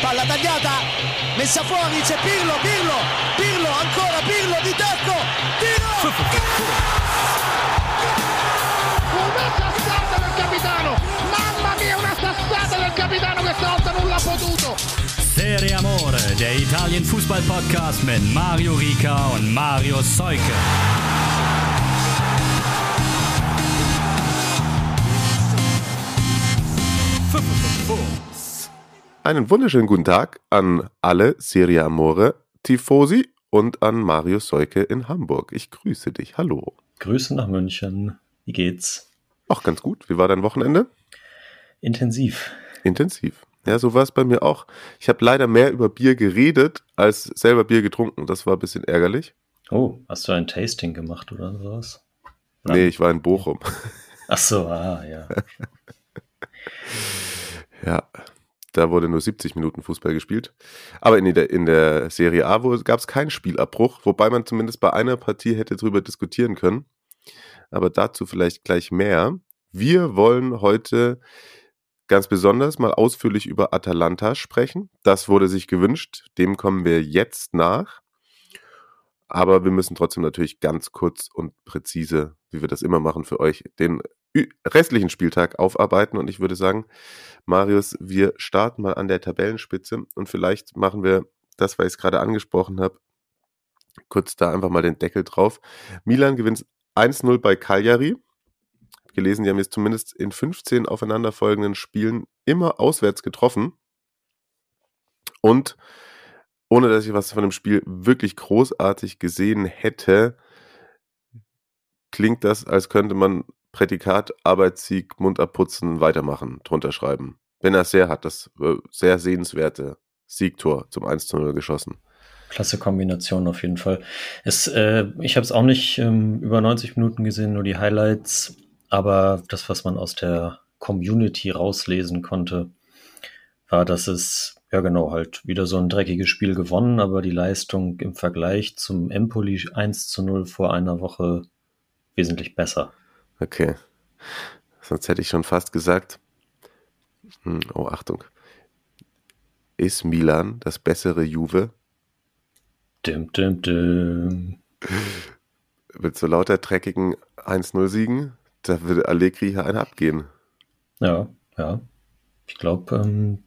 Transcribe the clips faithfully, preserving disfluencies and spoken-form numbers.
palla tagliata, messa fuori, c'è Pirlo, Pirlo, Pirlo, ancora Pirlo di tacco, tiro! Una sassata del capitano, mamma mia, una sassata del capitano, questa volta non l'ha potuto. Serie Amore, der Italien-Fußball-Podcast mit Mario Rica und Mario Seuke. Einen wunderschönen guten Tag an alle Serie Amore Tifosi und an Mario Seuke in Hamburg. Ich grüße dich. Hallo. Grüße nach München. Wie geht's? Ach, ganz gut. Wie war dein Wochenende? Intensiv. Intensiv. Ja, so war es bei mir auch. Ich habe leider mehr über Bier geredet, als selber Bier getrunken. Das war ein bisschen ärgerlich. Oh, hast du ein Tasting gemacht oder sowas? Nein. Nee, ich war in Bochum. Ach so, ah, ja. Ja, da wurde nur siebzig Minuten Fußball gespielt. Aber in der, in der Serie A gab es keinen Spielabbruch, wobei man zumindest bei einer Partie hätte drüber diskutieren können. Aber dazu vielleicht gleich mehr. Wir wollen heute ganz besonders mal ausführlich über Atalanta sprechen. Das wurde sich gewünscht. Dem kommen wir jetzt nach. Aber wir müssen trotzdem natürlich ganz kurz und präzise, wie wir das immer machen für euch, den restlichen Spieltag aufarbeiten. Und ich würde sagen, Marius, wir starten mal an der Tabellenspitze und vielleicht machen wir das, was ich gerade angesprochen habe, kurz da einfach mal den Deckel drauf. Milan gewinnt eins null bei Cagliari. Gelesen, die haben jetzt zumindest in fünfzehn aufeinanderfolgenden Spielen immer auswärts getroffen. Und ohne dass ich was von dem Spiel wirklich großartig gesehen hätte, klingt das, als könnte man Prädikat, Arbeitssieg, Mund abputzen, weitermachen, drunter schreiben. Benacer hat das äh, sehr sehenswerte Siegtor zum eins zu null geschossen. Klasse Kombination auf jeden Fall. Es, äh, ich habe es auch nicht ähm, über neunzig Minuten gesehen, nur die Highlights. Aber das, was man aus der Community rauslesen konnte, war, dass es, ja genau, halt wieder so ein dreckiges Spiel gewonnen, aber die Leistung im Vergleich zum Empoli eins zu null vor einer Woche wesentlich besser. Okay, sonst hätte ich schon fast gesagt, hm, oh Achtung, ist Milan das bessere Juve? Dim, dim, dim. Mit so lauter dreckigen eins null Siegen, da würde Allegri hier einen abgehen. Ja, ja. Ich glaube, ähm,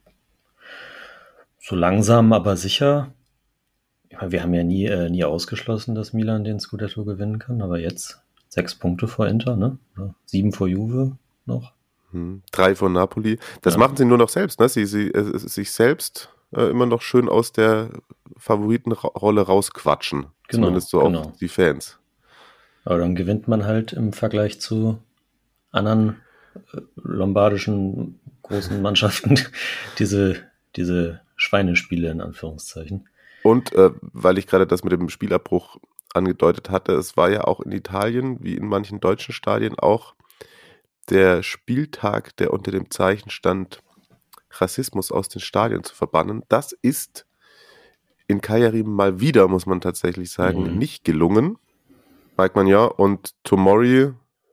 so langsam, aber sicher. Ich meine, wir haben ja nie, äh, nie ausgeschlossen, dass Milan den Scudetto gewinnen kann, aber jetzt sechs Punkte vor Inter, ne? Oder sieben vor Juve noch. Hm, drei vor Napoli. Das ja. machen sie nur noch selbst, ne? Sie, sie äh, sich selbst äh, immer noch schön aus der Favoritenrolle rausquatschen. Genau, Zumindest so genau. auch die Fans. Aber dann gewinnt man halt im Vergleich zu anderen äh, lombardischen großen Mannschaften diese, diese Schweinespiele in Anführungszeichen. Und äh, weil ich gerade das mit dem Spielabbruch angedeutet hatte, es war ja auch in Italien, wie in manchen deutschen Stadien auch, der Spieltag, der unter dem Zeichen stand, Rassismus aus den Stadien zu verbannen. Das ist in Cagliari mal wieder, muss man tatsächlich sagen, mhm. nicht gelungen. Mike Maignan und Tomori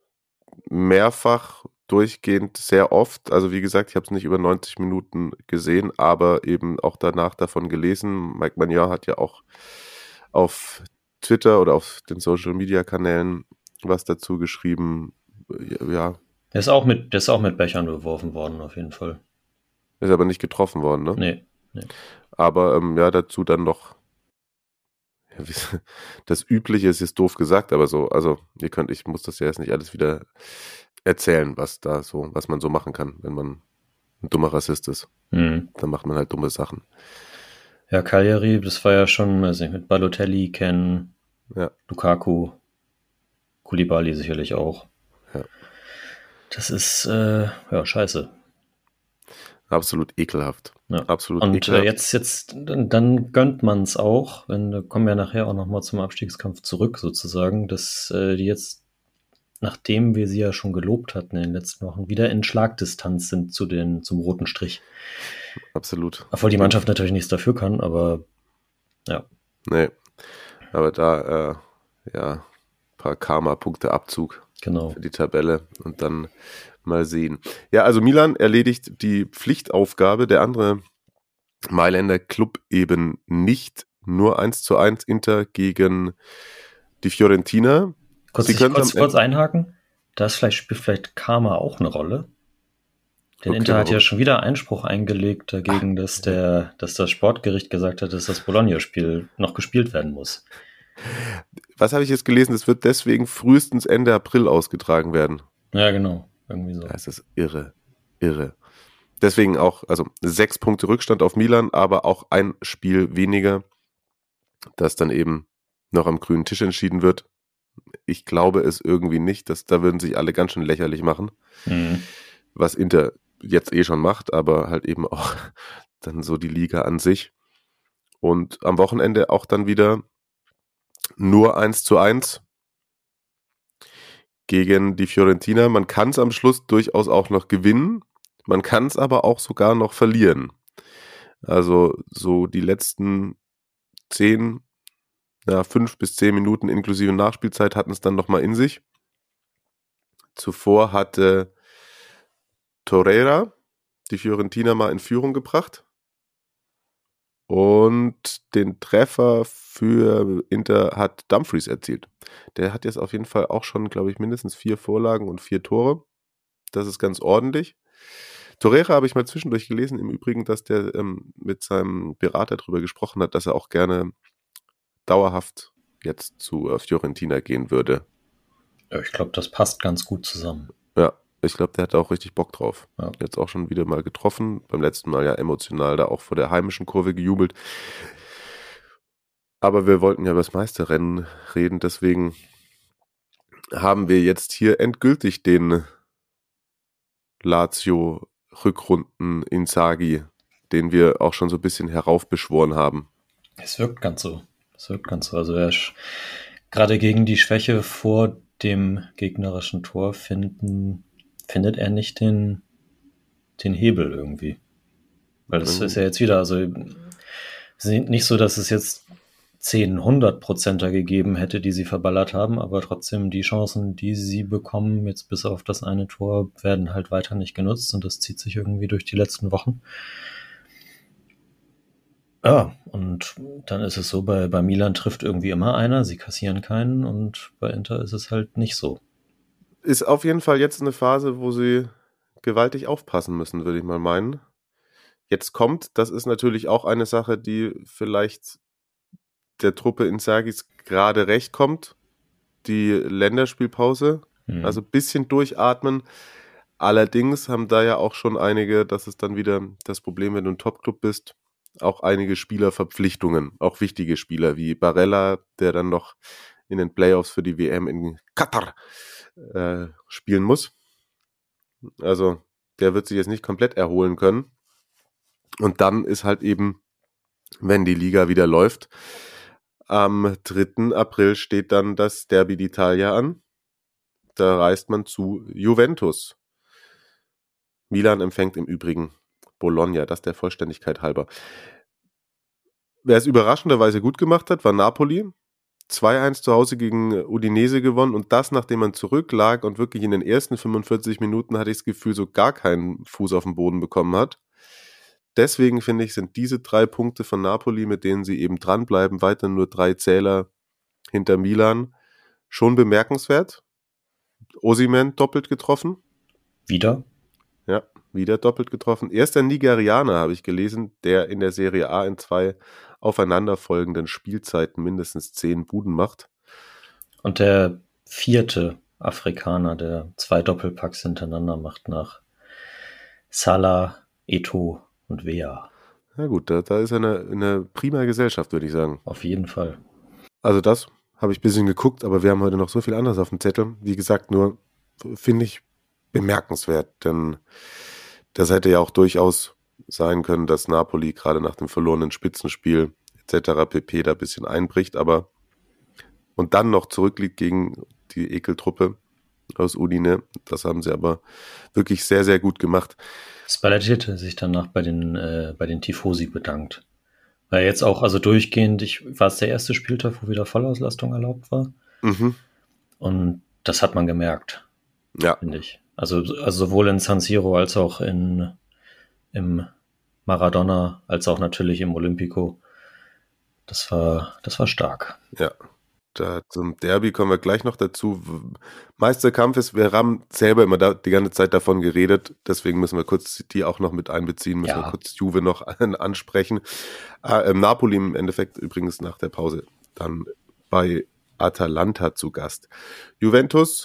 mehrfach durchgehend sehr oft, also wie gesagt, ich habe es nicht über neunzig Minuten gesehen, aber eben auch danach davon gelesen. Mike Maignan hat ja auch auf Twitter oder auf den Social-Media-Kanälen was dazu geschrieben. Ja. Der ist auch mit, der ist auch mit Bechern beworfen worden, auf jeden Fall. Ist aber nicht getroffen worden, ne? Nee. nee. Aber ähm, ja, dazu dann noch das Übliche ist jetzt doof gesagt, aber so, also ihr könnt, ich muss das ja jetzt nicht alles wieder erzählen, was da so, was man so machen kann, wenn man ein dummer Rassist ist. Mhm. Dann macht man halt dumme Sachen. Ja, Cagliari, das war ja schon, weiß nicht, mit Balotelli, Ken, ja. Lukaku, Koulibaly sicherlich auch. Ja. Das ist, äh, ja, scheiße. Absolut ekelhaft. Ja. Absolut Und ekelhaft. äh, jetzt, jetzt, dann, dann gönnt man es auch, wenn, da kommen wir nachher auch nochmal zum Abstiegskampf zurück sozusagen, dass äh, die jetzt, nachdem wir sie ja schon gelobt hatten in den letzten Wochen, wieder in Schlagdistanz sind zu den, zum roten Strich. Absolut. Obwohl die Mannschaft natürlich nichts dafür kann, aber ja. Nee, aber da, äh, ja, ein paar Karma-Punkte Abzug genau. für die Tabelle und dann mal sehen. Ja, also Milan erledigt die Pflichtaufgabe. Der andere Mailänder Club eben nicht. Nur eins zu eins Inter gegen die Fiorentina. Kurz, Sie ich, können kurz, kurz einhaken. Da ist vielleicht, spielt vielleicht Karma auch eine Rolle. Denn Okay, Inter hat warum? ja schon wieder Einspruch eingelegt dagegen, dass, der, dass das Sportgericht gesagt hat, dass das Bologna-Spiel noch gespielt werden muss. Was habe ich jetzt gelesen? Das wird deswegen frühestens Ende April ausgetragen werden. Ja, genau. Irgendwie so. Das ist irre. Irre. Deswegen auch, also sechs Punkte Rückstand auf Milan, aber auch ein Spiel weniger, das dann eben noch am grünen Tisch entschieden wird. Ich glaube es irgendwie nicht, dass da würden sich alle ganz schön lächerlich machen, Mhm. was Inter jetzt eh schon macht, aber halt eben auch dann so die Liga an sich. Und am Wochenende auch dann wieder nur eins zu eins gegen die Fiorentina. Man kann es am Schluss durchaus auch noch gewinnen, man kann es aber auch sogar noch verlieren. Also so die letzten zehn, ja, fünf bis zehn Minuten inklusive Nachspielzeit hatten es dann nochmal in sich. Zuvor hatte Torreira die Fiorentina mal in Führung gebracht und den Treffer für Inter hat Dumfries erzielt. Der hat jetzt auf jeden Fall auch schon, glaube ich, mindestens vier Vorlagen und vier Tore. Das ist ganz ordentlich. Torreira habe ich mal zwischendurch gelesen, im Übrigen, dass der ähm, mit seinem Berater darüber gesprochen hat, dass er auch gerne dauerhaft jetzt zu äh, Fiorentina gehen würde. Ja, ich glaube, das passt ganz gut zusammen. Ja, ich glaube, der hat auch richtig Bock drauf. Ja. Jetzt auch schon wieder mal getroffen. Beim letzten Mal ja emotional da auch vor der heimischen Kurve gejubelt. Aber wir wollten ja über das Meisterrennen reden, deswegen haben wir jetzt hier endgültig den Lazio-Rückrunden Inzaghi, den wir auch schon so ein bisschen heraufbeschworen haben. Es wirkt ganz so. Es wirkt ganz so. Also er ist gerade gegen die Schwäche vor dem gegnerischen Tor finden, findet er nicht den, den Hebel irgendwie. Weil das Mhm. ist ja jetzt wieder, also es ist nicht so, dass es jetzt zehn, hundert Prozenter gegeben hätte, die sie verballert haben, aber trotzdem die Chancen, die sie bekommen, jetzt bis auf das eine Tor, werden halt weiter nicht genutzt und das zieht sich irgendwie durch die letzten Wochen. Ja, und dann ist es so, bei, bei Milan trifft irgendwie immer einer, sie kassieren keinen und bei Inter ist es halt nicht so. Ist auf jeden Fall jetzt eine Phase, wo sie gewaltig aufpassen müssen, würde ich mal meinen. Jetzt kommt, das ist natürlich auch eine Sache, die vielleicht der Truppe Inzaghis gerade recht kommt, die Länderspielpause, Hm. also ein bisschen durchatmen. Allerdings haben da ja auch schon einige, das ist dann wieder das Problem, wenn du ein Top-Club bist, auch einige Spielerverpflichtungen, auch wichtige Spieler wie Barella, der dann noch in den Playoffs für die W M in Katar äh, spielen muss. Also der wird sich jetzt nicht komplett erholen können. Und dann ist halt eben, wenn die Liga wieder läuft, am dritten April steht dann das Derby d'Italia an. Da reist man zu Juventus. Milan empfängt im Übrigen Bologna, das der Vollständigkeit halber. Wer es überraschenderweise gut gemacht hat, war Napoli. zwei eins zu Hause gegen Udinese gewonnen und das, nachdem man zurücklag und wirklich in den ersten fünfundvierzig Minuten, hatte ich das Gefühl, so gar keinen Fuß auf den Boden bekommen hat. Deswegen finde ich, sind diese drei Punkte von Napoli, mit denen sie eben dranbleiben, weiter nur drei Zähler hinter Milan, schon bemerkenswert. Osimhen doppelt getroffen. Wieder? Ja, wieder doppelt getroffen. Erster Nigerianer, habe ich gelesen, der in der Serie A in zwei aufeinanderfolgenden Spielzeiten mindestens zehn Buden macht. Und der vierte Afrikaner, der zwei Doppelpacks hintereinander macht nach Salah, Eto'o und Wea. Na gut, da, da ist eine, eine prima Gesellschaft, würde ich sagen. Auf jeden Fall. Also das habe ich ein bisschen geguckt, aber wir haben heute noch so viel anderes auf dem Zettel. Wie gesagt, nur finde ich bemerkenswert, denn das hätte ja auch durchaus sein können, dass Napoli gerade nach dem verlorenen Spitzenspiel et cetera pp. Da ein bisschen einbricht, aber und dann noch zurückliegt gegen die Ekeltruppe aus Udine. Das haben sie aber wirklich sehr, sehr gut gemacht. Spalletti hätte sich danach bei den, äh, bei den Tifosi bedankt. Weil jetzt auch, also durchgehend, ich, war es der erste Spieltag, wo wieder Vollauslastung erlaubt war. Mhm. Und das hat man gemerkt, Ja, finde ich. Also, also sowohl in San Siro als auch in, im Maradona als auch natürlich im Olympico. Das war, das war stark. Ja, da zum Derby kommen wir gleich noch dazu. Meisterkampf ist, wir haben selber immer da, die ganze Zeit davon geredet, deswegen müssen wir kurz die auch noch mit einbeziehen, müssen Ja. wir kurz Juve noch ansprechen. Äh, Napoli im Endeffekt übrigens nach der Pause dann bei Atalanta zu Gast. Juventus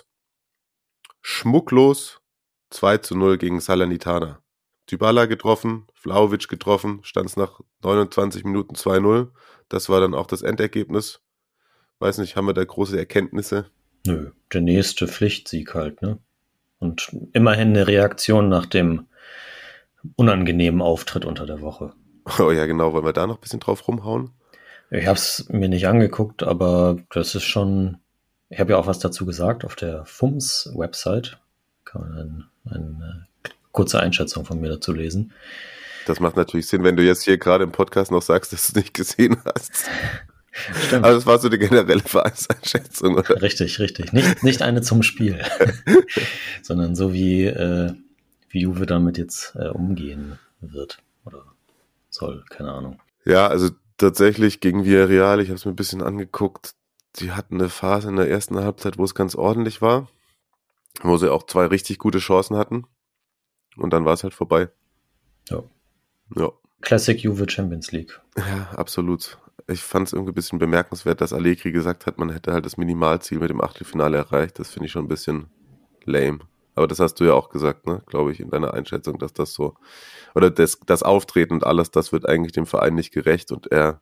schmucklos zwei zu null gegen Salernitana. Dybala getroffen, Vlahovic getroffen, stand es nach neunundzwanzig Minuten zwei null. Das war dann auch das Endergebnis. Weiß nicht, haben wir da große Erkenntnisse? Nö, der nächste Pflichtsieg halt, ne? Und immerhin eine Reaktion nach dem unangenehmen Auftritt unter der Woche. Oh ja, genau. Wollen wir da noch ein bisschen drauf rumhauen? Ich habe es mir nicht angeguckt, aber das ist schon... Ich habe ja auch was dazu gesagt auf der F U M S-Website. Kann man ein, eine kurze Einschätzung von mir dazu lesen. Das macht natürlich Sinn, wenn du jetzt hier gerade im Podcast noch sagst, dass du es nicht gesehen hast. Stimmt. Aber das war so eine generelle Vereinseinschätzung, oder? Richtig, richtig. Nicht, nicht eine zum Spiel, sondern so wie, äh, wie Juve damit jetzt äh, umgehen wird oder soll, keine Ahnung. Ja, also tatsächlich gegen Villarreal, ich habe es mir ein bisschen angeguckt, die hatten eine Phase in der ersten Halbzeit, wo es ganz ordentlich war, wo sie auch zwei richtig gute Chancen hatten und dann war es halt vorbei. Ja. Ja. Classic Juve Champions League. Ja, absolut. Ich fand es irgendwie ein bisschen bemerkenswert, dass Allegri gesagt hat, man hätte halt das Minimalziel mit dem Achtelfinale erreicht. Das finde ich schon ein bisschen lame. Aber das hast du ja auch gesagt, ne? Glaube ich, in deiner Einschätzung, dass das so, oder das, das Auftreten und alles, das wird eigentlich dem Verein nicht gerecht und er,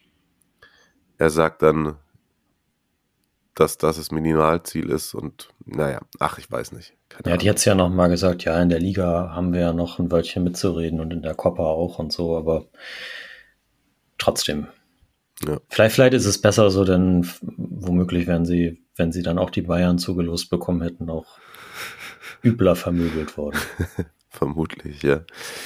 er sagt dann, dass das das Minimalziel ist und naja, ach, ich weiß nicht. Keine Ja, die hat es ja noch mal gesagt, ja, in der Liga haben wir ja noch ein Wörtchen mitzureden und in der Copa auch und so, aber trotzdem. Ja. Vielleicht, vielleicht ist es besser so, denn f- womöglich wären sie, wenn sie dann auch die Bayern zugelost bekommen hätten, auch übler vermöbelt worden. Vermutlich, ja.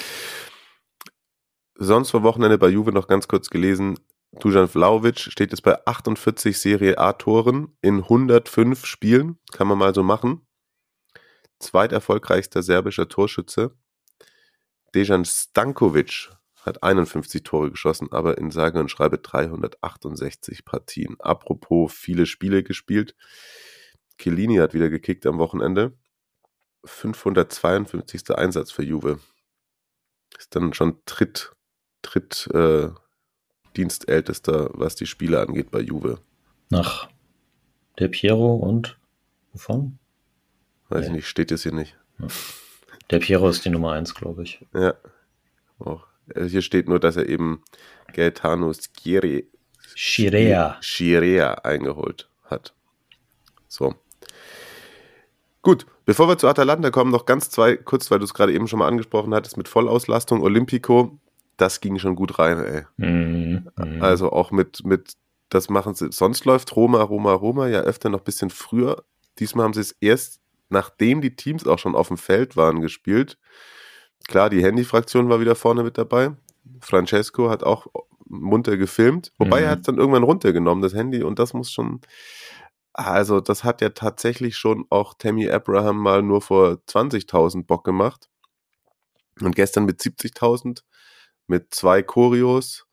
Sonst vor Wochenende bei Juve noch ganz kurz gelesen, Dusan Vlahovic steht jetzt bei achtundvierzig Serie A-Toren in hundertfünf Spielen, kann man mal so machen. Zweiterfolgreichster serbischer Torschütze. Dejan Stankovic hat einundfünfzig Tore geschossen, aber in sage und schreibe dreihundertachtundsechzig Partien. Apropos viele Spiele gespielt. Chiellini hat wieder gekickt am Wochenende. fünfhundertzweiundfünfzigster Einsatz für Juve. Ist dann schon Dritt, Dritt äh, Dienstältester, was die Spiele angeht bei Juve. Nach Del Piero und wovon? Weiß Ja. ich nicht, steht jetzt hier nicht. Del Piero ist die Nummer eins, glaube ich. Ja. Auch. Hier steht nur, dass er eben Gaetano Schieri, Schirea. Schirea eingeholt hat. So. Gut, bevor wir zu Atalanta kommen, noch ganz zwei, kurz, weil du es gerade eben schon mal angesprochen hattest, mit Vollauslastung, Olympico, das ging schon gut rein, ey. Mhm. Mhm. Also auch mit, mit, das machen sie, sonst läuft Roma, Roma, Roma ja öfter noch ein bisschen früher. Diesmal haben sie es erst, nachdem die Teams auch schon auf dem Feld waren, gespielt. Klar, die Handy-Fraktion war wieder vorne mit dabei. Francesco hat auch munter gefilmt, wobei Mhm. er hat es dann irgendwann runtergenommen, das Handy, und das muss schon, also das hat ja tatsächlich schon auch Tammy Abraham mal nur vor zwanzigtausend Bock gemacht. Und gestern mit siebzigtausend, mit zwei Choreos,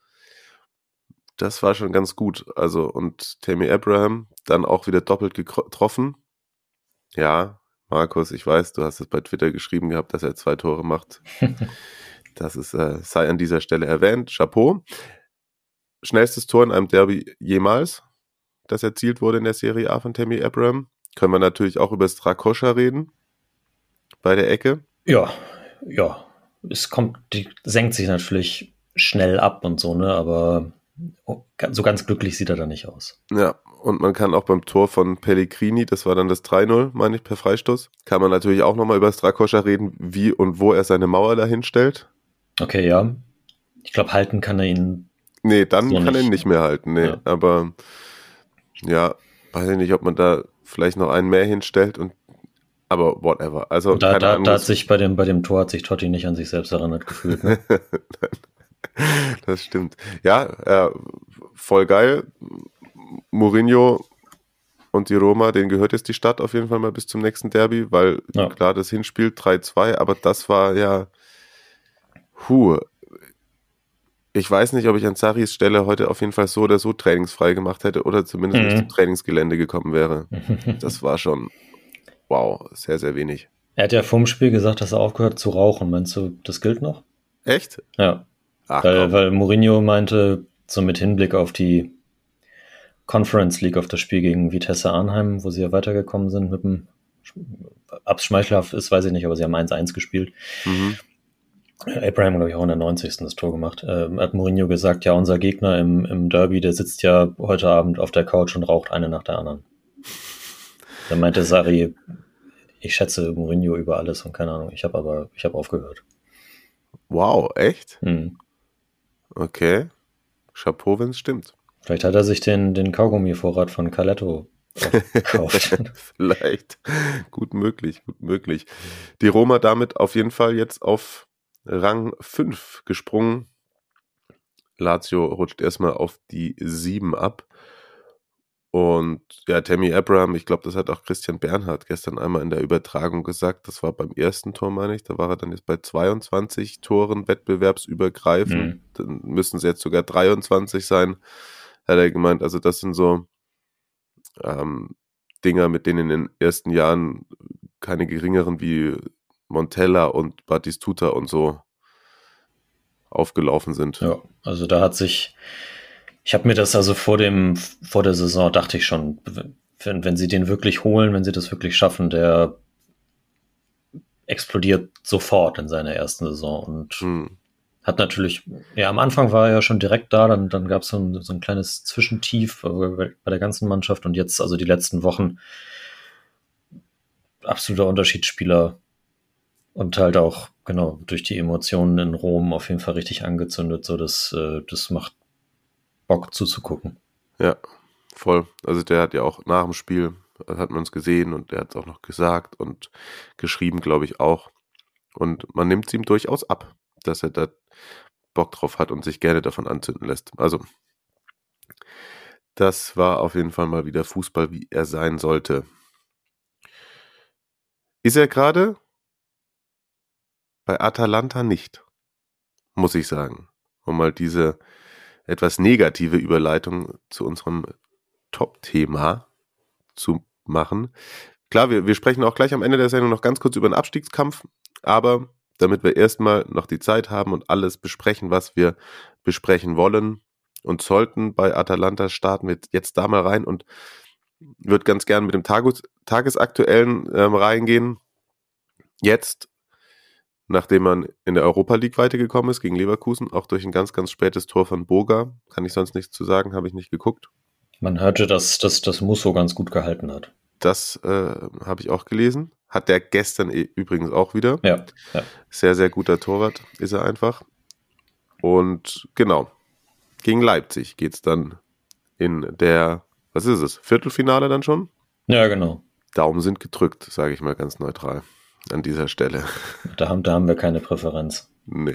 das war schon ganz gut. Also, und Tammy Abraham dann auch wieder doppelt getroffen. Ja, Markus, ich weiß, du hast es bei Twitter geschrieben gehabt, dass er zwei Tore macht. Das ist, äh, sei an dieser Stelle erwähnt. Chapeau. Schnellstes Tor in einem Derby jemals, das erzielt wurde in der Serie A von Tammy Abraham. Können wir natürlich auch über Strakoscha reden, bei der Ecke. Ja, ja. Es kommt, die senkt sich natürlich schnell ab und so, ne, aber so ganz glücklich sieht er da nicht aus. Ja, und man kann auch beim Tor von Pellegrini, das war dann das drei null, meine ich, per Freistoß, kann man natürlich auch nochmal über Strakoscha reden, wie und wo er seine Mauer dahin stellt. Okay, ja. Ich glaube, halten kann er ihn. Nee, dann So kann er nicht. ihn nicht mehr halten, nee. Ja. Aber ja, weiß ich nicht, ob man da vielleicht noch einen mehr hinstellt und aber whatever. Also Da, keine da, Ahnung, da hat das- sich bei dem, bei dem Tor hat sich Totti nicht an sich selbst erinnert gefühlt. Ne? Das stimmt. Ja, äh, voll geil. Mourinho und die Roma, denen gehört jetzt die Stadt auf jeden Fall mal bis zum nächsten Derby, weil Ja. klar, das Hinspiel drei zwei, aber das war ja hu, ich weiß nicht, ob ich an Sarris Stelle heute auf jeden Fall so oder so trainingsfrei gemacht hätte oder zumindest Mhm. nicht zum Trainingsgelände gekommen wäre. Das war schon, wow, sehr, sehr wenig. Er hat ja vorm Spiel gesagt, dass er aufgehört zu rauchen. Meinst du, das gilt noch? Echt? Ja. Ach, Weil, komm. weil Mourinho meinte, so mit Hinblick auf die Conference League, auf das Spiel gegen Vitesse Arnheim, wo sie ja weitergekommen sind mit dem, ob es schmeichelhaft ist, weiß ich nicht, aber sie haben eins eins gespielt. Mhm. Abraham, glaube ich, auch in der neunzigsten das Tor gemacht. Ähm, hat Mourinho gesagt, ja, unser Gegner im, im Derby, der sitzt ja heute Abend auf der Couch und raucht eine nach der anderen. Dann meinte Sarri, ich schätze Mourinho über alles und keine Ahnung, ich habe aber, ich habe aufgehört. Wow, echt? Hm. Okay. Chapeau, wenn es stimmt. Vielleicht hat er sich den, den Kaugummi-Vorrat von Caletto gekauft. Vielleicht. Gut möglich, gut möglich. Die Roma damit auf jeden Fall jetzt auf Rang fünf gesprungen. Lazio rutscht erstmal auf die sieben ab. Und ja, Tammy Abraham, ich glaube, das hat auch Christian Bernhard gestern einmal in der Übertragung gesagt. Das war beim ersten Tor, meine ich. Da war er dann jetzt bei zweiundzwanzig Toren wettbewerbsübergreifend. Mhm. Dann müssen es jetzt sogar dreiundzwanzig sein, hat er gemeint. Also das sind so ähm, Dinger, mit denen in den ersten Jahren keine geringeren wie Montella und Batistuta und so aufgelaufen sind. Ja, also da hat sich, ich habe mir das also vor dem, vor der Saison dachte ich schon, wenn, wenn sie den wirklich holen, wenn sie das wirklich schaffen, der explodiert sofort in seiner ersten Saison und Hm. hat natürlich, ja, am Anfang war er ja schon direkt da, dann, dann gab es so ein, so ein kleines Zwischentief bei der ganzen Mannschaft und jetzt, also die letzten Wochen, absoluter Unterschiedsspieler und halt auch, genau, durch die Emotionen in Rom auf jeden Fall richtig angezündet, so dass äh, das macht Bock zuzugucken. Ja, voll. Also der hat ja auch nach dem Spiel, das hat man es gesehen und der hat es auch noch gesagt und geschrieben, glaube ich, auch. Und man nimmt es ihm durchaus ab, dass er da Bock drauf hat und sich gerne davon anzünden lässt. Also das war auf jeden Fall mal wieder Fußball, wie er sein sollte. Ist er gerade bei Atalanta nicht, muss ich sagen. Um mal diese etwas negative Überleitung zu unserem Top-Thema zu machen. Klar, wir, wir sprechen auch gleich am Ende der Sendung noch ganz kurz über den Abstiegskampf, aber damit wir erstmal noch die Zeit haben und alles besprechen, was wir besprechen wollen und sollten bei Atalanta, starten wir jetzt da mal rein und würde ganz gern mit dem Tages, Tagesaktuellen ähm, reingehen. Jetzt, nachdem man in der Europa League weitergekommen ist gegen Leverkusen, auch durch ein ganz, ganz spätes Tor von Boga, kann ich sonst nichts zu sagen, habe ich nicht geguckt. Man hörte, dass, dass das Musso ganz gut gehalten hat. Das äh, habe ich auch gelesen. Hat der gestern e- übrigens auch wieder. Ja, ja. Sehr, sehr guter Torwart ist er einfach. Und genau, gegen Leipzig geht es dann in der, was ist es, Viertelfinale dann schon? Ja, genau. Daumen sind gedrückt, sage ich mal ganz neutral an dieser Stelle. Da haben, da haben wir keine Präferenz. Nee.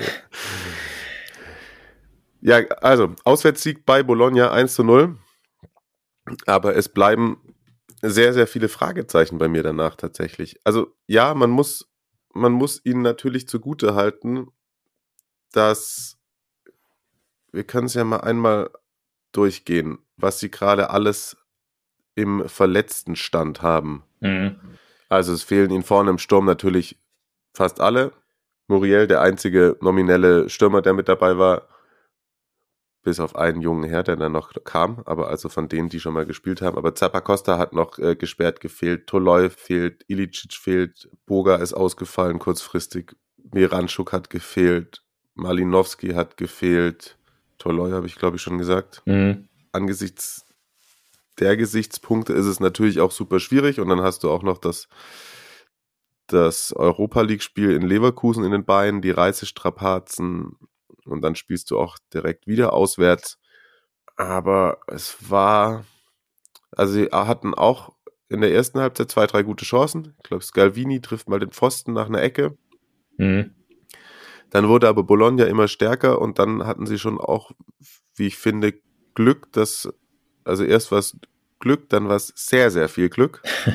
Ja, also, Auswärtssieg bei Bologna eins zu null. Aber es bleiben sehr, sehr viele Fragezeichen bei mir danach tatsächlich. Also, ja, man muss, man muss ihnen natürlich zugute halten, dass wir können es ja mal einmal durchgehen, was sie gerade alles im verletzten Stand haben. Mhm. Also es fehlen ihnen vorne im Sturm natürlich fast alle. Muriel, der einzige nominelle Stürmer, der mit dabei war, bis auf einen jungen Herr, der dann noch kam, aber also von denen, die schon mal gespielt haben. Aber Zappacosta hat noch äh, gesperrt gefehlt, Toloi fehlt, Ilicic fehlt, Boga ist ausgefallen kurzfristig, Miranchuk hat gefehlt, Malinowski hat gefehlt, Toloi habe ich glaube ich schon gesagt. Mhm. Angesichts der Gesichtspunkte ist es natürlich auch super schwierig und dann hast du auch noch das, das Europa-League-Spiel in Leverkusen in den Beinen, die Reisestrapazen und dann spielst du auch direkt wieder auswärts. Aber es war, also sie hatten auch in der ersten Halbzeit zwei, drei gute Chancen. Ich glaube, Scalvini trifft mal den Pfosten nach einer Ecke. Mhm. Dann wurde aber Bologna immer stärker und dann hatten sie schon auch, wie ich finde, Glück, dass, also erst war es Glück, dann war es sehr, sehr viel Glück.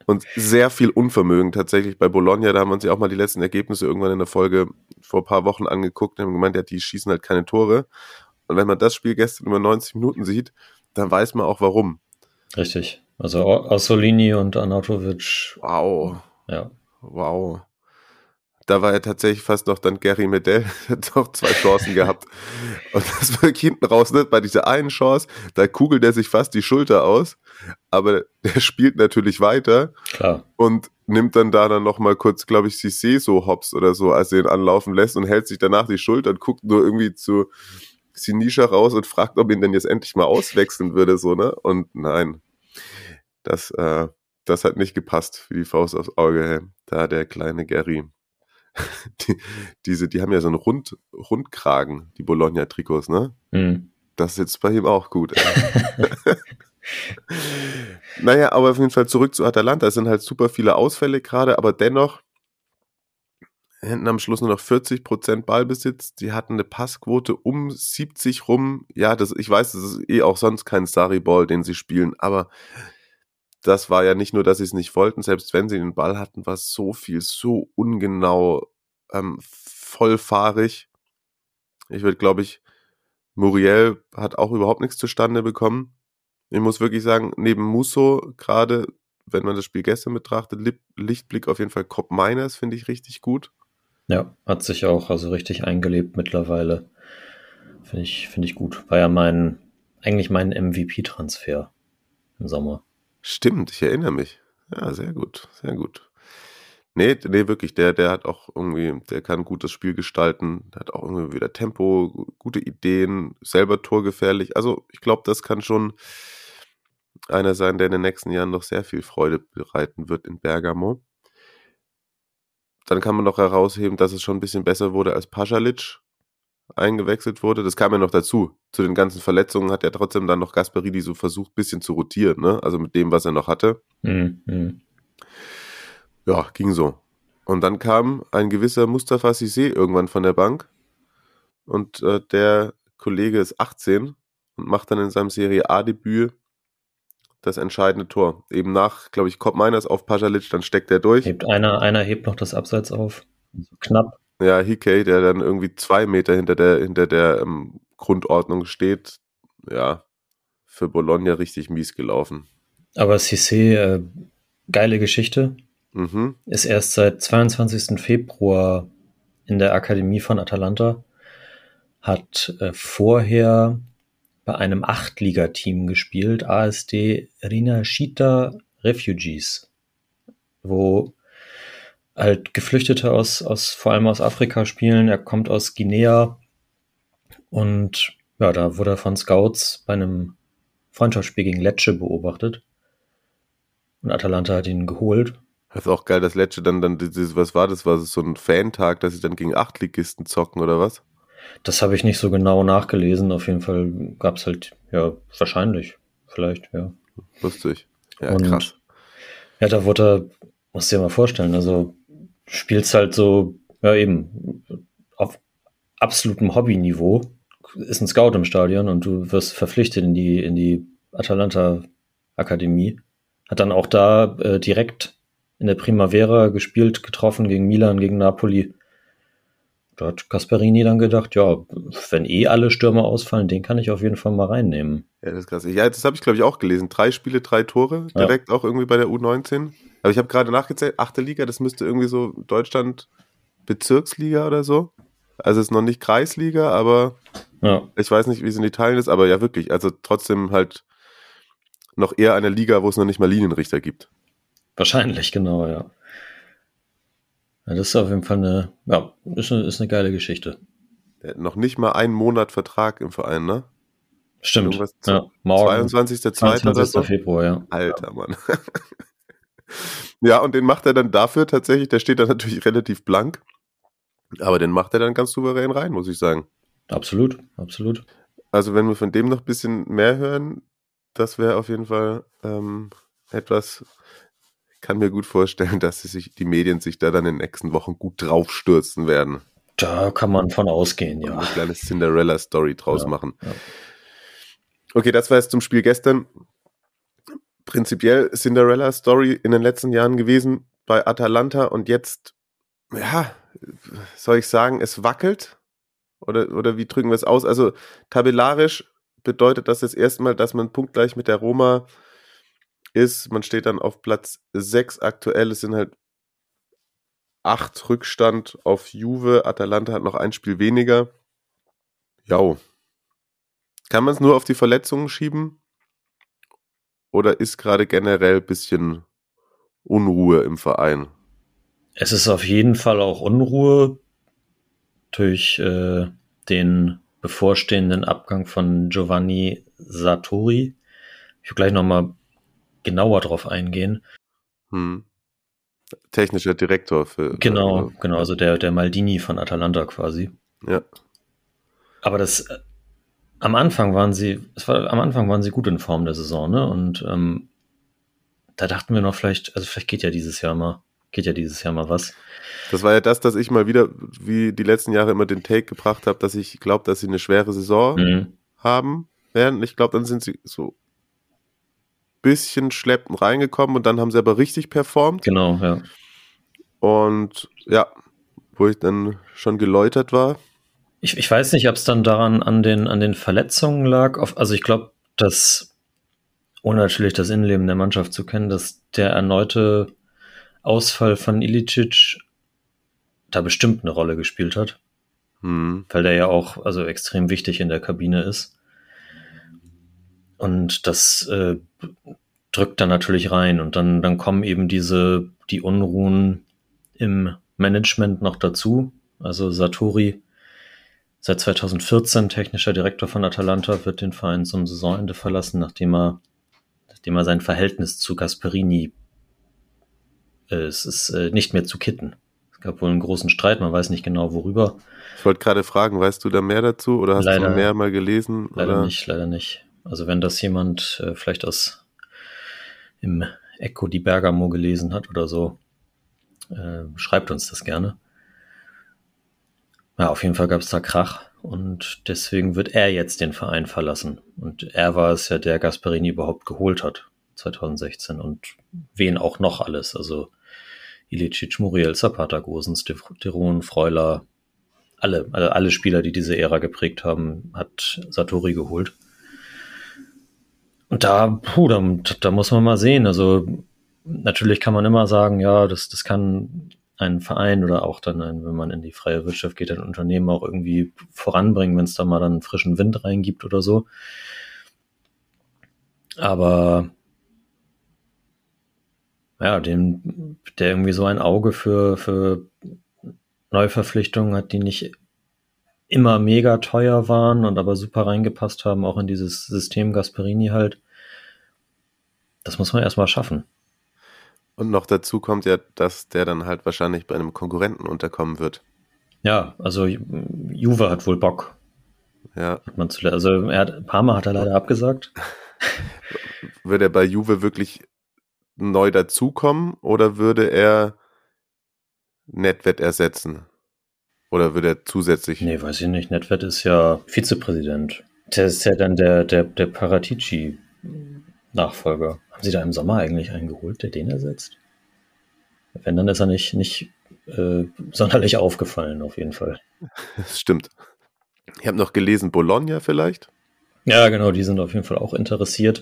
und sehr viel Unvermögen tatsächlich bei Bologna. Da haben wir uns ja auch mal die letzten Ergebnisse irgendwann in der Folge vor ein paar Wochen angeguckt und haben gemeint, ja, die schießen halt keine Tore. Und wenn man das Spiel gestern über neunzig Minuten sieht, dann weiß man auch warum. Richtig. Also Orsolini und Arnautovic. Wow. Ja. Wow. Da war ja tatsächlich fast noch dann Gary Medel, hat auch zwei Chancen gehabt. Und das war hinten raus, ne? Bei dieser einen Chance, da kugelt er sich fast die Schulter aus, aber der spielt natürlich weiter. Klar. Und nimmt dann da dann nochmal kurz, glaube ich, Cissé so hops oder so, als er ihn anlaufen lässt und hält sich danach die Schulter und guckt nur irgendwie zu Sinischa raus und fragt, ob ihn denn jetzt endlich mal auswechseln würde, so, ne? Und nein, das, äh, das hat nicht gepasst wie die Faust aufs Auge, hey. Da der kleine Gary. Die, diese, die haben ja so einen Rund, Rundkragen, die Bologna-Trikots, ne? Mhm. Das sitzt bei ihm auch gut. Naja, aber auf jeden Fall zurück zu Atalanta. Es sind halt super viele Ausfälle gerade, aber dennoch hinten am Schluss nur noch vierzig Prozent Ballbesitz. Die hatten eine Passquote um siebzig rum. Ja, das, ich weiß, das ist eh auch sonst kein Sarri-Ball, den sie spielen, aber das war ja nicht nur, dass sie es nicht wollten, selbst wenn sie den Ball hatten, war es so viel, so ungenau, ähm, vollfahrig. Ich würde, glaube ich, Muriel hat auch überhaupt nichts zustande bekommen. Ich muss wirklich sagen, neben Musso gerade, wenn man das Spiel gestern betrachtet, Lichtblick auf jeden Fall Kopp Meiners, finde ich richtig gut. Ja, hat sich auch also richtig eingelebt mittlerweile. Finde ich, finde ich gut. War ja mein, eigentlich mein M V P-Transfer im Sommer. Stimmt, ich erinnere mich. Ja, sehr gut, sehr gut. Nee, nee, wirklich, der, der hat auch irgendwie, der kann gut das Spiel gestalten, der hat auch irgendwie wieder Tempo, gute Ideen, selber torgefährlich. Also ich glaube, das kann schon einer sein, der in den nächsten Jahren noch sehr viel Freude bereiten wird in Bergamo. Dann kann man noch herausheben, dass es schon ein bisschen besser wurde, als Pasalic eingewechselt wurde. Das kam ja noch dazu. Zu den ganzen Verletzungen hat ja trotzdem dann noch Gasperini so versucht, ein bisschen zu rotieren, ne? Also mit dem, was er noch hatte. Mhm. Ja, ging so. Und dann kam ein gewisser Mustafa Cissé irgendwann von der Bank und äh, der Kollege ist achtzehn und macht dann in seinem Serie A-Debüt das entscheidende Tor. Eben nach, glaube ich, Kopp Meiners auf Pasalic, dann steckt er durch. Hebt einer, einer hebt noch das Abseits auf. Also knapp. Ja, Hickey, der dann irgendwie zwei Meter hinter der, hinter der ähm, Grundordnung steht. Ja, für Bologna richtig mies gelaufen. Aber Cissé, äh, geile Geschichte. Mhm. Ist erst seit zweiundzwanzigsten Februar in der Akademie von Atalanta. Hat äh, vorher bei einem Achtligateam gespielt, A S D Rinascita Refugees, wo halt Geflüchtete aus, aus, vor allem aus Afrika spielen. Er kommt aus Guinea und ja, da wurde er von Scouts bei einem Freundschaftsspiel gegen Lecce beobachtet und Atalanta hat ihn geholt. Das ist auch geil, dass Lecce dann, dann dieses, was war das, war das so ein Fantag, dass sie dann gegen Achtligisten zocken oder was? Das habe ich nicht so genau nachgelesen, auf jeden Fall gab es halt, ja, wahrscheinlich, vielleicht, ja. Lustig. Ja, und krass. Ja, da wurde er, musst du dir mal vorstellen, also spielst halt so, ja eben, auf absolutem Hobbyniveau, ist ein Scout im Stadion und du wirst verpflichtet in die, in die Atalanta-Akademie. Hat dann auch da äh, direkt in der Primavera gespielt, getroffen gegen Milan, gegen Napoli. Da hat Gasperini dann gedacht, ja, wenn eh alle Stürmer ausfallen, den kann ich auf jeden Fall mal reinnehmen. Ja, das ist krass. Ja, das habe ich, glaube ich, auch gelesen. Drei Spiele, drei Tore, direkt ja. Auch irgendwie bei der U neunzehn. Aber ich habe gerade nachgezählt, achte Liga, das müsste irgendwie so Deutschland Bezirksliga oder so. Also es ist noch nicht Kreisliga, aber ja. Ich weiß nicht, wie es in Italien ist, aber ja wirklich, also trotzdem halt noch eher eine Liga, wo es noch nicht mal Linienrichter gibt. Wahrscheinlich, genau, ja. Ja, das ist auf jeden Fall eine, ja, ist eine, ist eine geile Geschichte. Der hat noch nicht mal einen Monat Vertrag im Verein, ne? Stimmt. Irgendwas ja, morgen. zweiundzwanzigster zweiter oder so? Februar, ja. Alter, Mann. Ja, und den macht er dann dafür tatsächlich, der steht dann natürlich relativ blank, aber den macht er dann ganz souverän rein, muss ich sagen. Absolut, absolut. Also wenn wir von dem noch ein bisschen mehr hören, das wäre auf jeden Fall ähm, etwas, ich kann mir gut vorstellen, dass sie sich, die Medien sich da dann in den nächsten Wochen gut draufstürzen werden. Da kann man von ausgehen, ja. Und eine kleine Cinderella-Story draus ja, machen. Ja. Okay, das war jetzt zum Spiel gestern. prinzipiell Cinderella-Story in den letzten Jahren gewesen bei Atalanta und jetzt, ja, soll ich sagen, es wackelt? Oder, oder wie drücken wir es aus? Also tabellarisch bedeutet das jetzt erstmal, dass man punktgleich mit der Roma ist. Man steht dann auf Platz sechs aktuell. Es sind halt acht Rückstand auf Juve. Atalanta hat noch ein Spiel weniger. Ja. Kann man es nur auf die Verletzungen schieben? Oder ist gerade generell ein bisschen Unruhe im Verein? Es ist auf jeden Fall auch Unruhe durch äh, den bevorstehenden Abgang von Giovanni Sartori. Ich will gleich nochmal genauer drauf eingehen. Hm. Technischer Direktor für... Genau, äh, genau, also der, der Maldini von Atalanta quasi. Ja. Aber das... Äh, Am Anfang waren sie, es war, am Anfang waren sie gut in Form der Saison, ne? Und ähm, da dachten wir noch vielleicht, also vielleicht geht ja dieses Jahr mal, geht ja dieses Jahr mal was. Das war ja das, dass ich mal wieder, wie die letzten Jahre immer den Take gebracht habe, dass ich glaube, dass sie eine schwere Saison Mhm. haben werden. Ich glaube, dann sind sie so ein bisschen schleppend reingekommen und dann haben sie aber richtig performt. Genau, ja. Und ja, wo ich dann schon geläutert war. Ich, ich weiß nicht, ob es dann daran an den, an den Verletzungen lag. Auf, also ich glaube, dass, ohne natürlich das Innenleben der Mannschaft zu kennen, dass der erneute Ausfall von Ilicic da bestimmt eine Rolle gespielt hat, Hm. weil der ja auch also extrem wichtig in der Kabine ist. Und das äh, drückt dann natürlich rein. Und dann, dann kommen eben diese, die Unruhen im Management noch dazu. Also Sartori, seit zweitausendvierzehn technischer Direktor von Atalanta, wird den Verein zum Saisonende verlassen, nachdem er, nachdem er sein Verhältnis zu Gasperini äh, es ist äh, nicht mehr zu kitten. Es gab wohl einen großen Streit, man weiß nicht genau worüber. Ich wollte gerade fragen, weißt du da mehr dazu oder hast Leider- du mehr mal gelesen? Leider oder? nicht, leider nicht. Also wenn das jemand äh, vielleicht aus im Echo di Bergamo gelesen hat oder so, äh, schreibt uns das gerne. Ja, auf jeden Fall gab es da Krach und deswegen wird er jetzt den Verein verlassen. Und er war es ja, der Gasperini überhaupt geholt hat, zweitausendsechzehn. Und wen auch noch alles. Also Ilicic, Muriel, Zapata, Gosens, Deron, Freuler, alle, alle, alle Spieler, die diese Ära geprägt haben, hat Sartori geholt. Und da, puh, da, da muss man mal sehen. Also natürlich kann man immer sagen, ja, das, das kann ein Verein oder auch dann, ein, wenn man in die freie Wirtschaft geht, ein Unternehmen auch irgendwie voranbringen, wenn es da mal dann einen frischen Wind reingibt oder so. Aber ja, dem, der irgendwie so ein Auge für, für Neuverpflichtungen hat, die nicht immer mega teuer waren und aber super reingepasst haben, auch in dieses System Gasperini halt. Das muss man erstmal schaffen. Und noch dazu kommt ja, dass der dann halt wahrscheinlich bei einem Konkurrenten unterkommen wird. Ja, also Juve hat wohl Bock. Ja. Hat man zu, also er hat, Parma hat er leider abgesagt. Würde er bei Juve wirklich neu dazukommen oder würde er Nedved ersetzen? Oder würde er zusätzlich... Nee, weiß ich nicht. Nedved ist ja Vizepräsident. Der ist ja dann der, der, der Paratici-Nachfolger. Haben sie da im Sommer eigentlich einen geholt, der den ersetzt? Wenn, dann ist er nicht, nicht äh, sonderlich aufgefallen, auf jeden Fall. Das stimmt. Ich habe noch gelesen, Bologna vielleicht? Ja, genau, die sind auf jeden Fall auch interessiert.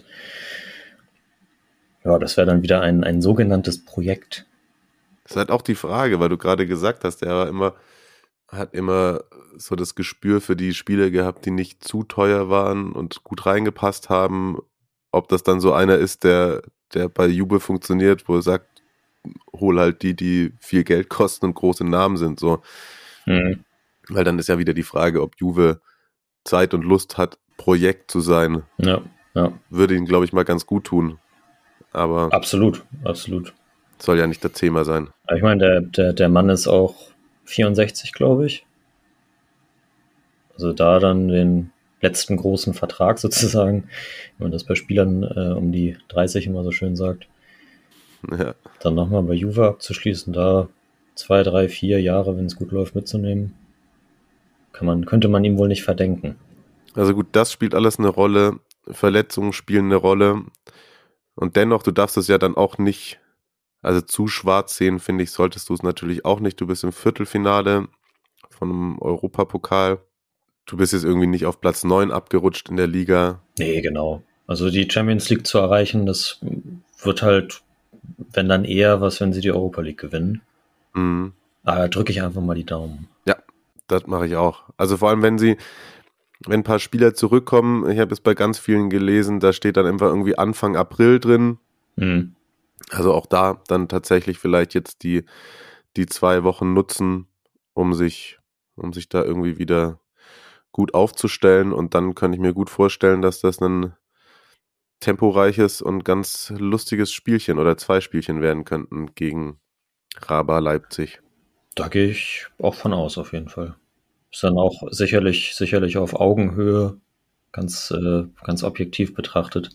Ja, das wäre dann wieder ein, ein sogenanntes Projekt. Das ist halt auch die Frage, weil du gerade gesagt hast, er war immer, hat immer so das Gespür für die Spiele gehabt, die nicht zu teuer waren und gut reingepasst haben. Ob das dann so einer ist, der, der bei Juve funktioniert, wo er sagt, hol halt die, die viel Geld kosten und große Namen sind. So. Mhm. Weil dann ist ja wieder die Frage, ob Juve Zeit und Lust hat, Projekt zu sein. Ja, ja. Würde ihn, glaube ich, mal ganz gut tun. Aber Absolut, absolut. soll ja nicht das Thema sein. Aber ich meine, der, der, der Mann ist auch vierundsechzig, glaube ich. Also da dann den letzten großen Vertrag sozusagen, wenn man das bei Spielern äh, um die dreißig immer so schön sagt, Ja. dann nochmal bei Juve abzuschließen, da zwei, drei, vier Jahre, wenn es gut läuft, mitzunehmen, kann man, könnte man ihm wohl nicht verdenken. Also gut, das spielt alles eine Rolle. Verletzungen spielen eine Rolle. Und dennoch, du darfst es ja dann auch nicht, also zu schwarz sehen, finde ich, solltest du es natürlich auch nicht. Du bist im Viertelfinale von einem Europapokal. Du bist jetzt irgendwie nicht auf Platz neun abgerutscht in der Liga. Nee, genau. Also die Champions League zu erreichen, das wird halt, wenn dann eher was, wenn sie die Europa League gewinnen. Mhm. Aber da drücke ich einfach mal die Daumen. Ja, das mache ich auch. Also vor allem, wenn sie, wenn ein paar Spieler zurückkommen, ich habe es bei ganz vielen gelesen, da steht dann einfach irgendwie Anfang April drin. Mhm. Also auch da dann tatsächlich vielleicht jetzt die, die zwei Wochen nutzen, um sich, um sich da irgendwie wieder gut aufzustellen, und dann kann ich mir gut vorstellen, dass das ein temporeiches und ganz lustiges Spielchen oder zwei Spielchen werden könnten gegen Raba Leipzig. Da gehe ich auch von aus, auf jeden Fall. Ist dann auch sicherlich, sicherlich auf Augenhöhe, ganz, äh, ganz objektiv betrachtet.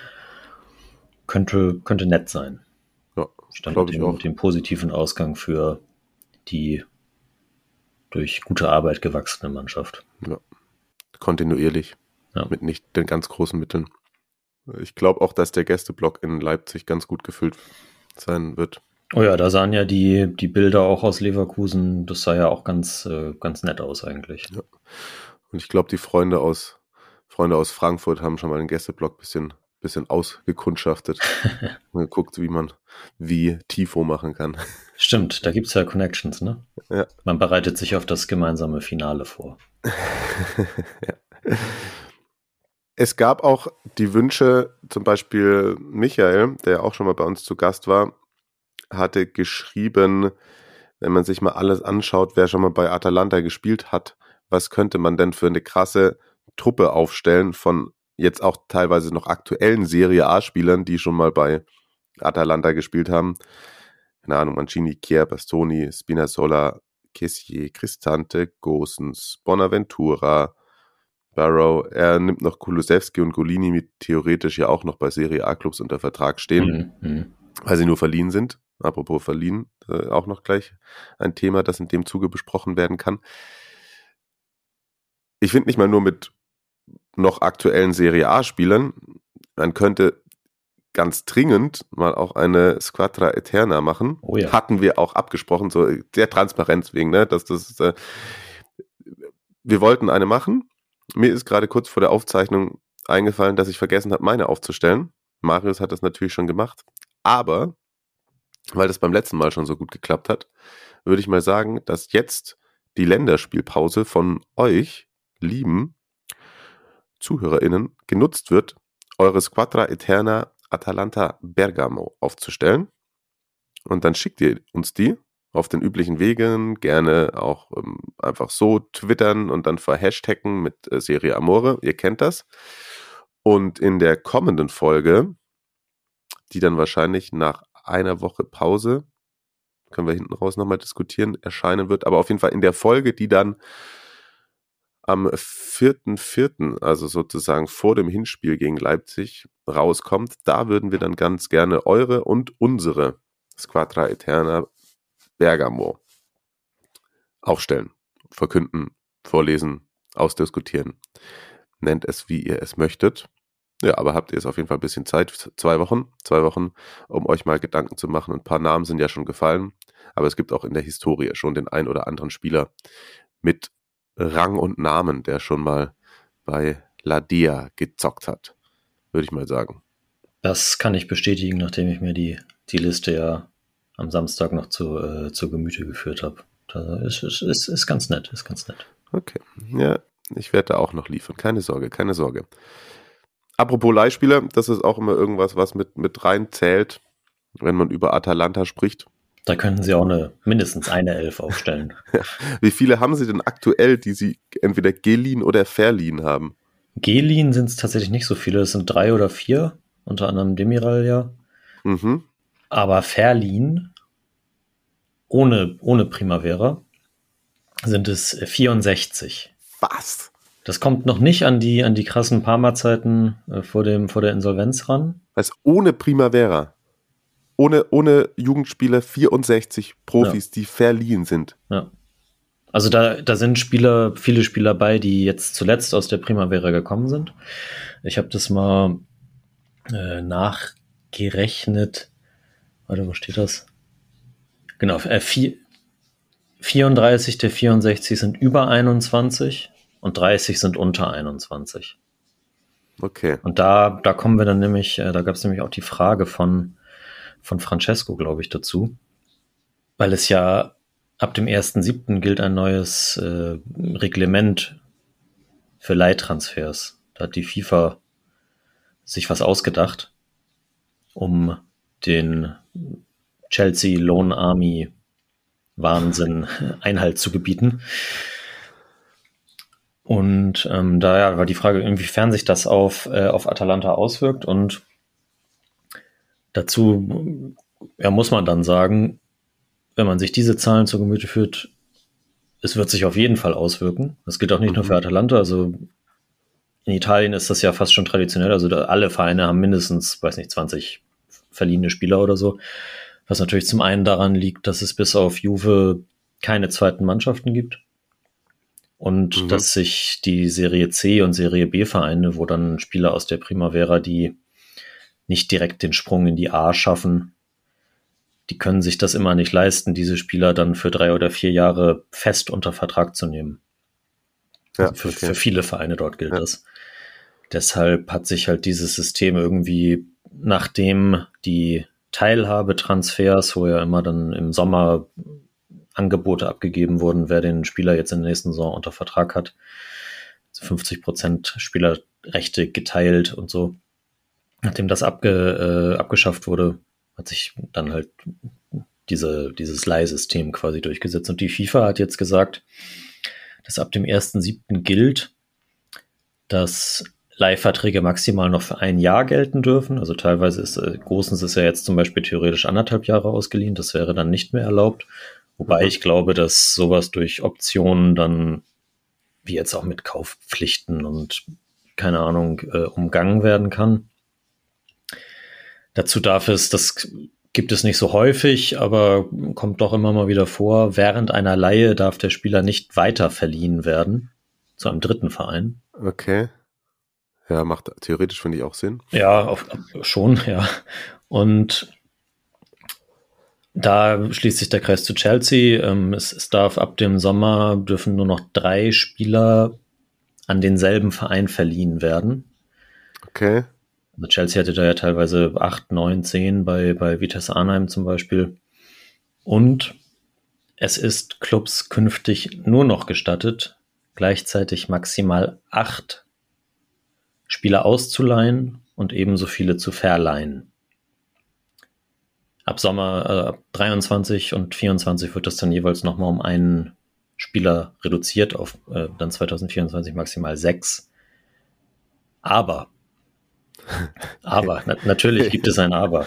Könnte, könnte nett sein. Ja, Stand glaube mit ich dem, auch. mit dem positiven Ausgang für die durch gute Arbeit gewachsene Mannschaft. Ja. Kontinuierlich. Ja. Mit nicht den ganz großen Mitteln. Ich glaube auch, dass der Gästeblock in Leipzig ganz gut gefüllt sein wird. Oh ja, da sahen ja die, die Bilder auch aus Leverkusen, das sah ja auch ganz, äh, ganz nett aus eigentlich. Ja. Und ich glaube, die Freunde aus, Freunde aus Frankfurt haben schon mal den Gästeblock ein bisschen, bisschen ausgekundschaftet und geguckt, wie man wie Tifo machen kann. Stimmt, da gibt es ja Connections, ne? Ja. Man bereitet sich auf das gemeinsame Finale vor. Ja. Es gab auch die Wünsche, zum Beispiel Michael, der auch schon mal bei uns zu Gast war, hatte geschrieben, wenn man sich mal alles anschaut, wer schon mal bei Atalanta gespielt hat, was könnte man denn für eine krasse Truppe aufstellen von jetzt auch teilweise noch aktuellen Serie A-Spielern, die schon mal bei Atalanta gespielt haben. Keine Ahnung, Mancini, Kier, Bastoni, Spinazzola, Kessié, Cristante, Gosens, Bonaventura, Barrow. Er nimmt noch Kulusewski und Golini mit, theoretisch ja auch noch bei Serie A-Clubs unter Vertrag stehen, Mhm, mhm. weil sie nur verliehen sind. Apropos verliehen, äh, auch noch gleich ein Thema, das in dem Zuge besprochen werden kann. Ich finde nicht mal nur mit noch aktuellen Serie A-Spielern, man könnte ganz dringend mal auch eine Squadra Eterna machen. Oh ja. Hatten wir auch abgesprochen, so sehr Transparenz wegen, ne, dass das, äh, wir wollten eine machen. Mir ist gerade kurz vor der Aufzeichnung eingefallen, dass ich vergessen habe, meine aufzustellen. Marius hat das natürlich schon gemacht, aber weil das beim letzten Mal schon so gut geklappt hat, würde ich mal sagen, dass jetzt die Länderspielpause von euch, lieben ZuhörerInnen, genutzt wird, eure Squadra Eterna Atalanta Bergamo aufzustellen. Und dann schickt ihr uns die auf den üblichen Wegen, gerne auch ähm, einfach so twittern und dann verhashtaggen mit äh, Serie Amore, ihr kennt das. Und in der kommenden Folge, die dann wahrscheinlich nach einer Woche Pause, können wir hinten raus nochmal diskutieren, erscheinen wird, aber auf jeden Fall in der Folge, die dann am vierten vierten, also sozusagen vor dem Hinspiel gegen Leipzig, rauskommt, da würden wir dann ganz gerne eure und unsere Squadra Eterna Bergamo aufstellen, verkünden, vorlesen, ausdiskutieren. Nennt es, wie ihr es möchtet. Ja, aber habt ihr jetzt auf jeden Fall ein bisschen Zeit, zwei Wochen, zwei Wochen, um euch mal Gedanken zu machen. Ein paar Namen sind ja schon gefallen, aber es gibt auch in der Historie schon den ein oder anderen Spieler mit Rang und Namen, der schon mal bei Ladia gezockt hat, würde ich mal sagen. Das kann ich bestätigen, nachdem ich mir die, die Liste ja am Samstag noch zu, äh, zu Gemüte geführt habe. Das ist, ist, ist ganz nett, ist ganz nett. Okay, ja, ich werde da auch noch liefern. Keine Sorge, keine Sorge. Apropos Leihspieler, das ist auch immer irgendwas, was mit, mit rein zählt, wenn man über Atalanta spricht. Da könnten Sie auch eine, mindestens eine Elf aufstellen. Wie viele haben Sie denn aktuell, die Sie entweder geliehen oder verliehen haben? Geliehen sind es tatsächlich nicht so viele, es sind drei oder vier, unter anderem Demiral ja. Mhm. Aber verliehen, ohne, ohne Primavera, sind es vierundsechzig. Was? Das kommt noch nicht an die, an die krassen Parma-Zeiten äh, vor, dem, vor der Insolvenz ran. Also ohne Primavera, ohne, ohne Jugendspieler vierundsechzig Profis, ja, die verliehen sind. Ja. Also da, da sind Spieler, viele Spieler bei, die jetzt zuletzt aus der Primavera gekommen sind. Ich habe das mal äh, nach gerechnet, warte, wo steht das? Genau, äh, vier, vierunddreißig der vierundsechzig sind über einundzwanzig und dreißig sind unter einundzwanzig. Okay. Und da, da kommen wir dann nämlich, äh, da gab es nämlich auch die Frage von, von Francesco, glaube ich, dazu, weil es ja ab dem ersten siebten gilt ein neues äh, Reglement für Leihtransfers. Da hat die FIFA sich was ausgedacht, um den Chelsea Loan Army Wahnsinn Einhalt zu gebieten. Und ähm, daher war die Frage, inwiefern sich das auf, äh, auf Atalanta auswirkt. Und dazu ja, muss man dann sagen, wenn man sich diese Zahlen zu Gemüte führt, es wird sich auf jeden Fall auswirken. Das gilt auch nicht mhm. nur für Atalanta. Also in Italien ist das ja fast schon traditionell. Also da alle Vereine haben mindestens, weiß nicht, zwanzig verliehene Spieler oder so. Was natürlich zum einen daran liegt, dass es bis auf Juve keine zweiten Mannschaften gibt. Und mhm. dass sich die Serie C und Serie B Vereine, wo dann Spieler aus der Primavera, die nicht direkt den Sprung in die A schaffen, die können sich das immer nicht leisten, diese Spieler dann für drei oder vier Jahre fest unter Vertrag zu nehmen. Ja, für, okay. für viele Vereine dort gilt ja. das. Deshalb hat sich halt dieses System irgendwie, nachdem die Teilhabetransfers, wo ja immer dann im Sommer Angebote abgegeben wurden, wer den Spieler jetzt in der nächsten Saison unter Vertrag hat, also fünfzig Prozent Spielerrechte geteilt und so. Nachdem das abge, äh, abgeschafft wurde, hat sich dann halt diese, dieses Leihsystem quasi durchgesetzt. Und die FIFA hat jetzt gesagt, dass ab dem ersten siebten gilt, dass Leihverträge maximal noch für ein Jahr gelten dürfen. Also teilweise ist, äh, Gosens ist ja jetzt zum Beispiel theoretisch anderthalb Jahre ausgeliehen. Das wäre dann nicht mehr erlaubt. Wobei mhm. ich glaube, dass sowas durch Optionen dann, wie jetzt auch mit Kaufpflichten und keine Ahnung, äh, umgangen werden kann. Dazu darf es, das gibt es nicht so häufig, aber kommt doch immer mal wieder vor, während einer Leihe darf der Spieler nicht weiter verliehen werden zu einem dritten Verein. Okay. Ja, macht theoretisch, finde ich, auch Sinn. Ja, auf, schon, ja. Und da schließt sich der Kreis zu Chelsea. Ähm, es, es darf ab dem Sommer, dürfen nur noch drei Spieler an denselben Verein verliehen werden. Okay. Also Chelsea hatte da ja teilweise acht, neun, zehn bei, bei Vitesse Arnhem zum Beispiel. Und es ist Clubs künftig nur noch gestattet, gleichzeitig maximal acht Spieler auszuleihen und ebenso viele zu verleihen. Ab Sommer, äh, ab dreiundzwanzig und vierundzwanzig wird das dann jeweils nochmal um einen Spieler reduziert auf äh, dann zwanzig vierundzwanzig maximal sechs. Aber, aber, na, natürlich gibt es ein Aber.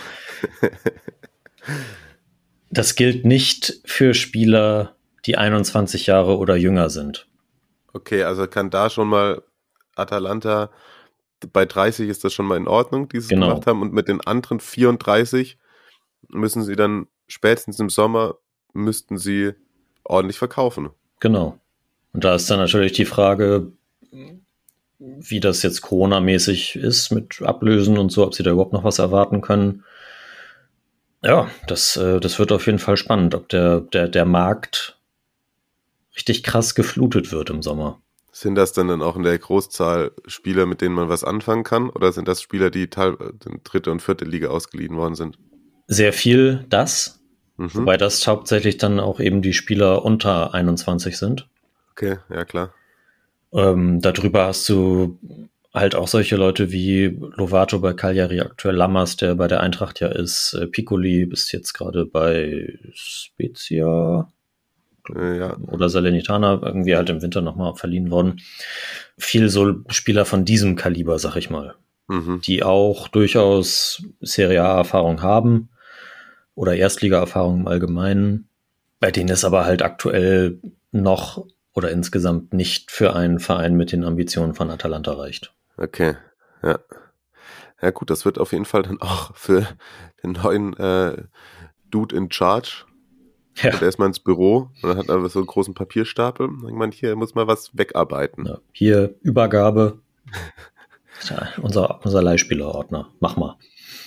Das gilt nicht für Spieler, die einundzwanzig Jahre oder jünger sind. Okay, also kann da schon mal Atalanta, bei dreißig ist das schon mal in Ordnung, die sie Genau. gemacht haben, und mit den anderen vierunddreißig müssen sie dann spätestens im Sommer, müssten sie ordentlich verkaufen. Genau. Und da ist dann natürlich die Frage, wie das jetzt Corona-mäßig ist mit Ablösen und so, ob sie da überhaupt noch was erwarten können. Ja, das, das wird auf jeden Fall spannend, ob der, der, der Markt richtig krass geflutet wird im Sommer. Sind das dann, dann auch in der Großzahl Spieler, mit denen man was anfangen kann? Oder sind das Spieler, die teilweise in dritte und vierte Liga ausgeliehen worden sind? Sehr viel das, mhm. wobei das hauptsächlich dann auch eben die Spieler unter einundzwanzig sind. Okay, ja klar. Ähm, darüber hast du halt auch solche Leute wie Lovato bei Cagliari, aktuell Lammers, der bei der Eintracht ja ist, äh, Piccoli ist jetzt gerade bei Spezia äh, ja. oder Salernitana, irgendwie halt im Winter nochmal verliehen worden. Viel so Spieler von diesem Kaliber, sag ich mal, mhm. die auch durchaus Serie A-Erfahrung haben oder Erstliga-Erfahrung im Allgemeinen, bei denen es aber halt aktuell noch oder insgesamt nicht für einen Verein mit den Ambitionen von Atalanta reicht. Okay, ja. Ja gut, das wird auf jeden Fall dann auch für den neuen äh, Dude in Charge. Ja. Und erstmal ins Büro und dann hat er so einen großen Papierstapel. Dann man, hier muss mal was wegarbeiten. Ja, hier Übergabe. Ja, unser, unser Leihspielerordner. Mach mal.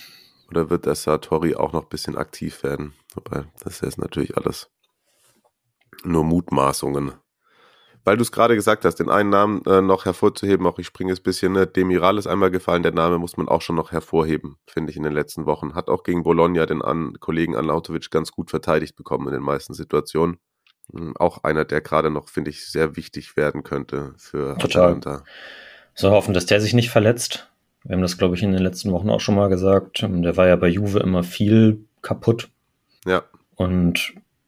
Oder wird der Sartori auch noch ein bisschen aktiv werden? Wobei, das ist natürlich alles nur Mutmaßungen. Weil du es gerade gesagt hast, den einen Namen äh, noch hervorzuheben, auch ich springe es ein bisschen, ne? Demiral ist einmal gefallen, der Name muss man auch schon noch hervorheben, finde ich, in den letzten Wochen. Hat auch gegen Bologna den an, Kollegen Arnautovic ganz gut verteidigt bekommen in den meisten Situationen. Mhm, auch einer, der gerade noch, finde ich, sehr wichtig werden könnte für Total. Atalanta. So hoffen, dass der sich nicht verletzt. Wir haben das, glaube ich, in den letzten Wochen auch schon mal gesagt. Der war ja bei Juve immer viel kaputt. Ja. Und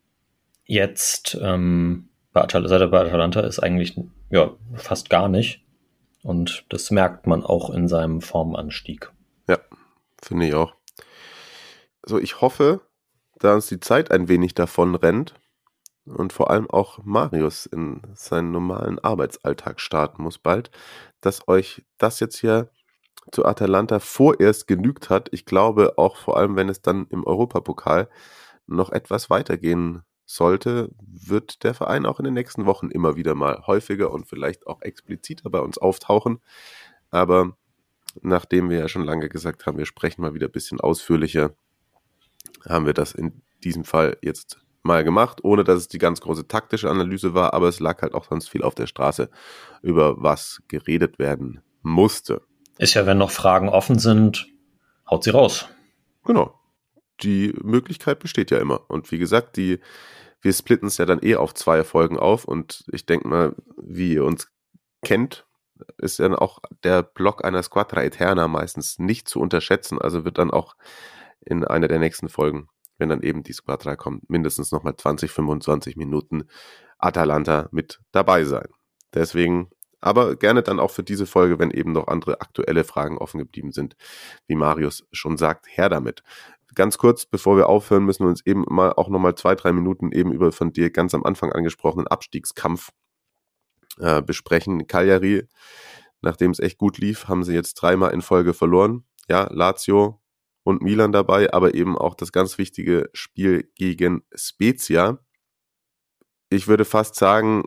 jetzt ähm, bei Atal- seit er bei Atalanta ist eigentlich ja, fast gar nicht. Und das merkt man auch in seinem Formanstieg. Ja, finde ich auch. Also ich hoffe, da uns die Zeit ein wenig davon rennt und vor allem auch Marius in seinen normalen Arbeitsalltag starten muss bald, dass euch das jetzt hier zu Atalanta vorerst genügt hat. Ich glaube auch vor allem, wenn es dann im Europapokal noch etwas weitergehen sollte, wird der Verein auch in den nächsten Wochen immer wieder mal häufiger und vielleicht auch expliziter bei uns auftauchen. Aber nachdem wir ja schon lange gesagt haben, wir sprechen mal wieder ein bisschen ausführlicher, haben wir das in diesem Fall jetzt mal gemacht, ohne dass es die ganz große taktische Analyse war, aber es lag halt auch sonst viel auf der Straße, über was geredet werden musste. Ist ja, wenn noch Fragen offen sind, haut sie raus. Genau. Die Möglichkeit besteht ja immer. Und wie gesagt, die, wir splitten es ja dann eh auf zwei Folgen auf. Und ich denke mal, wie ihr uns kennt, ist dann auch der Block einer Squadra Eterna meistens nicht zu unterschätzen. Also wird dann auch in einer der nächsten Folgen, wenn dann eben die Squadra kommt, mindestens nochmal zwanzig, fünfundzwanzig Minuten Atalanta mit dabei sein. Deswegen, aber gerne dann auch für diese Folge, wenn eben noch andere aktuelle Fragen offen geblieben sind, wie Marius schon sagt, her damit. Ganz kurz, bevor wir aufhören, müssen wir uns eben mal auch nochmal zwei, drei Minuten eben über von dir ganz am Anfang angesprochenen Abstiegskampf äh, besprechen. Cagliari, nachdem es echt gut lief, haben sie jetzt dreimal in Folge verloren. Ja, Lazio und Milan dabei, aber eben auch das ganz wichtige Spiel gegen Spezia. Ich würde fast sagen,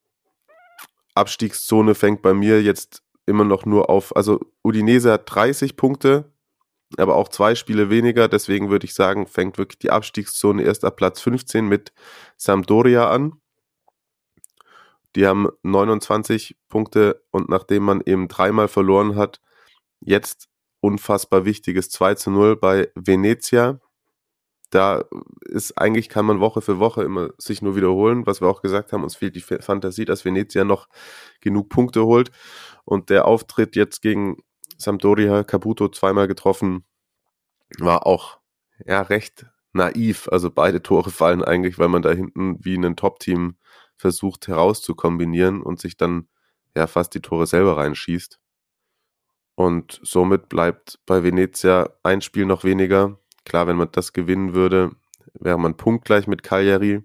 Abstiegszone fängt bei mir jetzt immer noch nur auf, also Udinese hat dreißig Punkte, aber auch zwei Spiele weniger, deswegen würde ich sagen, fängt wirklich die Abstiegszone erst ab Platz fünfzehn mit Sampdoria an. Die haben neunundzwanzig Punkte und nachdem man eben dreimal verloren hat, jetzt unfassbar wichtiges zwei zu null bei Venezia. Da ist eigentlich, kann man Woche für Woche immer sich nur wiederholen, was wir auch gesagt haben, uns fehlt die Fantasie, dass Venezia noch genug Punkte holt. Und der Auftritt jetzt gegen Sampdoria, Caputo zweimal getroffen, war auch ja recht naiv. Also beide Tore fallen eigentlich, weil man da hinten wie ein Top-Team versucht herauszukombinieren und sich dann ja fast die Tore selber reinschießt. Und somit bleibt bei Venezia ein Spiel noch weniger. Klar, wenn man das gewinnen würde, wäre man punktgleich mit Cagliari.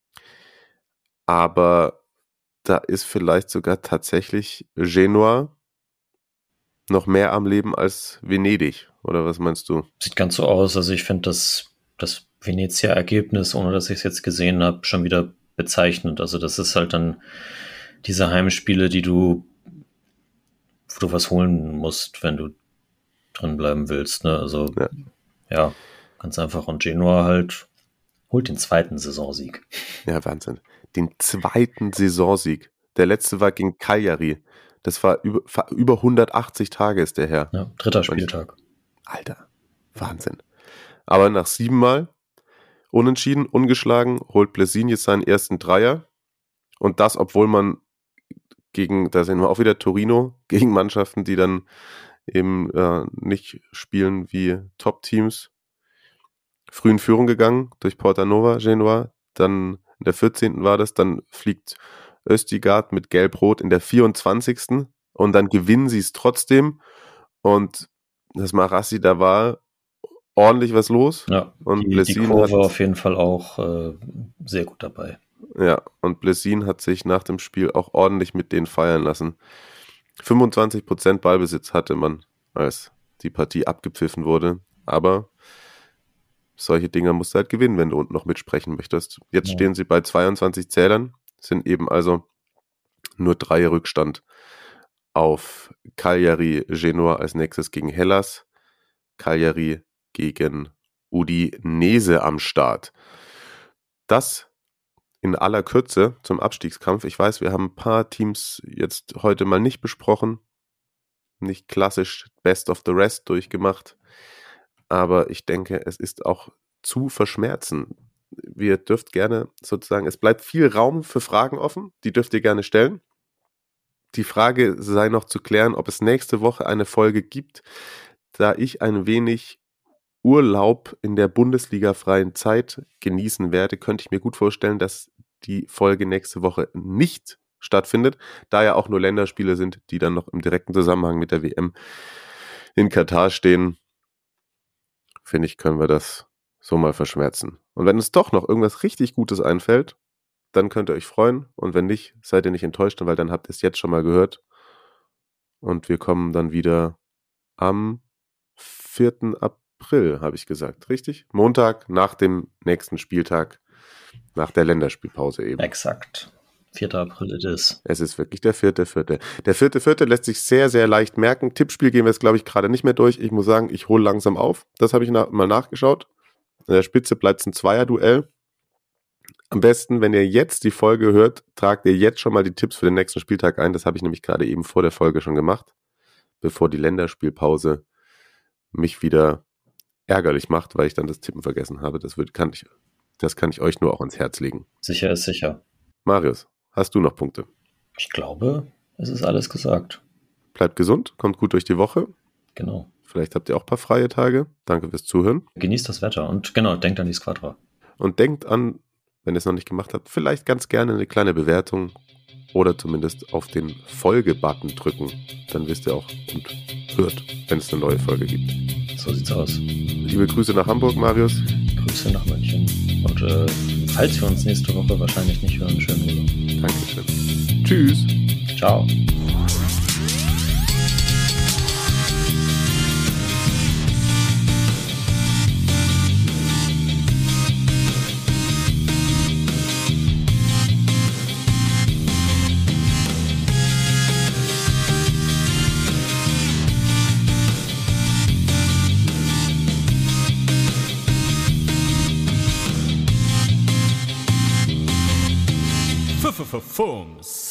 Aber da ist vielleicht sogar tatsächlich Genua noch mehr am Leben als Venedig. Oder was meinst du? Sieht ganz so aus. Also ich finde das, das Venezia-Ergebnis, ohne dass ich es jetzt gesehen habe, schon wieder bezeichnend. Also das ist halt dann diese Heimspiele, die du, wo du was holen musst, wenn du drin bleiben willst. Ne? Also ja. ja, ganz einfach. Und Genua halt holt den zweiten Saisonsieg. Ja, Wahnsinn. Den zweiten Saisonsieg. Der letzte war gegen Cagliari. Das war über, über hundertachtzig Tage ist der her. Ja, dritter Spieltag. Alter, Wahnsinn. Aber nach siebenmal unentschieden, ungeschlagen, holt Blessin jetzt seinen ersten Dreier. Und das, obwohl man gegen, da sehen wir auch wieder Torino, gegen Mannschaften, die dann eben äh, nicht spielen wie Top-Teams. Früh in Führung gegangen durch Portanova, Genua. Dann in der vierzehnten war das, dann fliegt Östigard mit Gelb-Rot in der vierundzwanzigsten und dann gewinnen sie es trotzdem. Und das Marassi, da war ordentlich was los. Ja, und die, die Kurve hat, auf jeden Fall auch äh, sehr gut dabei. Ja, und Blessin hat sich nach dem Spiel auch ordentlich mit denen feiern lassen. fünfundzwanzig Prozent Ballbesitz hatte man, als die Partie abgepfiffen wurde. Aber solche Dinger musst du halt gewinnen, wenn du unten noch mitsprechen möchtest. Jetzt ja. stehen sie bei zweiundzwanzig Zählern, sind eben also nur drei Rückstand auf Cagliari, Genua als nächstes gegen Hellas, Cagliari gegen Udinese am Start. Das in aller Kürze zum Abstiegskampf. Ich weiß, wir haben ein paar Teams jetzt heute mal nicht besprochen, nicht klassisch Best of the Rest durchgemacht, aber ich denke, es ist auch zu verschmerzen. Ihr dürft gerne sozusagen, es bleibt viel Raum für Fragen offen, die dürft ihr gerne stellen. Die Frage sei noch zu klären, ob es nächste Woche eine Folge gibt, da ich ein wenig Urlaub in der Bundesliga-freien Zeit genießen werde, könnte ich mir gut vorstellen, dass die Folge nächste Woche nicht stattfindet, da ja auch nur Länderspiele sind, die dann noch im direkten Zusammenhang mit der W M in Katar stehen. Finde ich, können wir das so mal verschmerzen. Und wenn uns doch noch irgendwas richtig Gutes einfällt, dann könnt ihr euch freuen. Und wenn nicht, seid ihr nicht enttäuscht, weil dann habt ihr es jetzt schon mal gehört. Und wir kommen dann wieder am vierten April, habe ich gesagt. Richtig? Montag nach dem nächsten Spieltag, nach der Länderspielpause eben. Exakt. vierter April it is. Es ist wirklich der vierte Vierte. Der vierte Vierte lässt sich sehr, sehr leicht merken. Tippspiel gehen wir jetzt, glaube ich, gerade nicht mehr durch. Ich muss sagen, ich hole langsam auf. Das habe ich nach, mal nachgeschaut. An der Spitze bleibt es ein Zweier-Duell. Am besten, wenn ihr jetzt die Folge hört, tragt ihr jetzt schon mal die Tipps für den nächsten Spieltag ein. Das habe ich nämlich gerade eben vor der Folge schon gemacht, bevor die Länderspielpause mich wieder ärgerlich macht, weil ich dann das Tippen vergessen habe. Das, wird, kann ich, das kann ich euch nur auch ans Herz legen. Sicher ist sicher. Marius, hast du noch Punkte? Ich glaube, es ist alles gesagt. Bleibt gesund, kommt gut durch die Woche. Genau. Vielleicht habt ihr auch ein paar freie Tage. Danke fürs Zuhören. Genießt das Wetter und genau, denkt an die Squadra. Und denkt an, wenn ihr es noch nicht gemacht habt, vielleicht ganz gerne eine kleine Bewertung oder zumindest auf den Folge-Button drücken. Dann wisst ihr auch und hört, wenn es eine neue Folge gibt. So sieht's aus. Liebe Grüße nach Hamburg, Marius. Grüße nach München. Und äh, falls wir uns nächste Woche wahrscheinlich nicht hören, schönen Urlaub. Dankeschön. Tschüss. Ciao. Fums.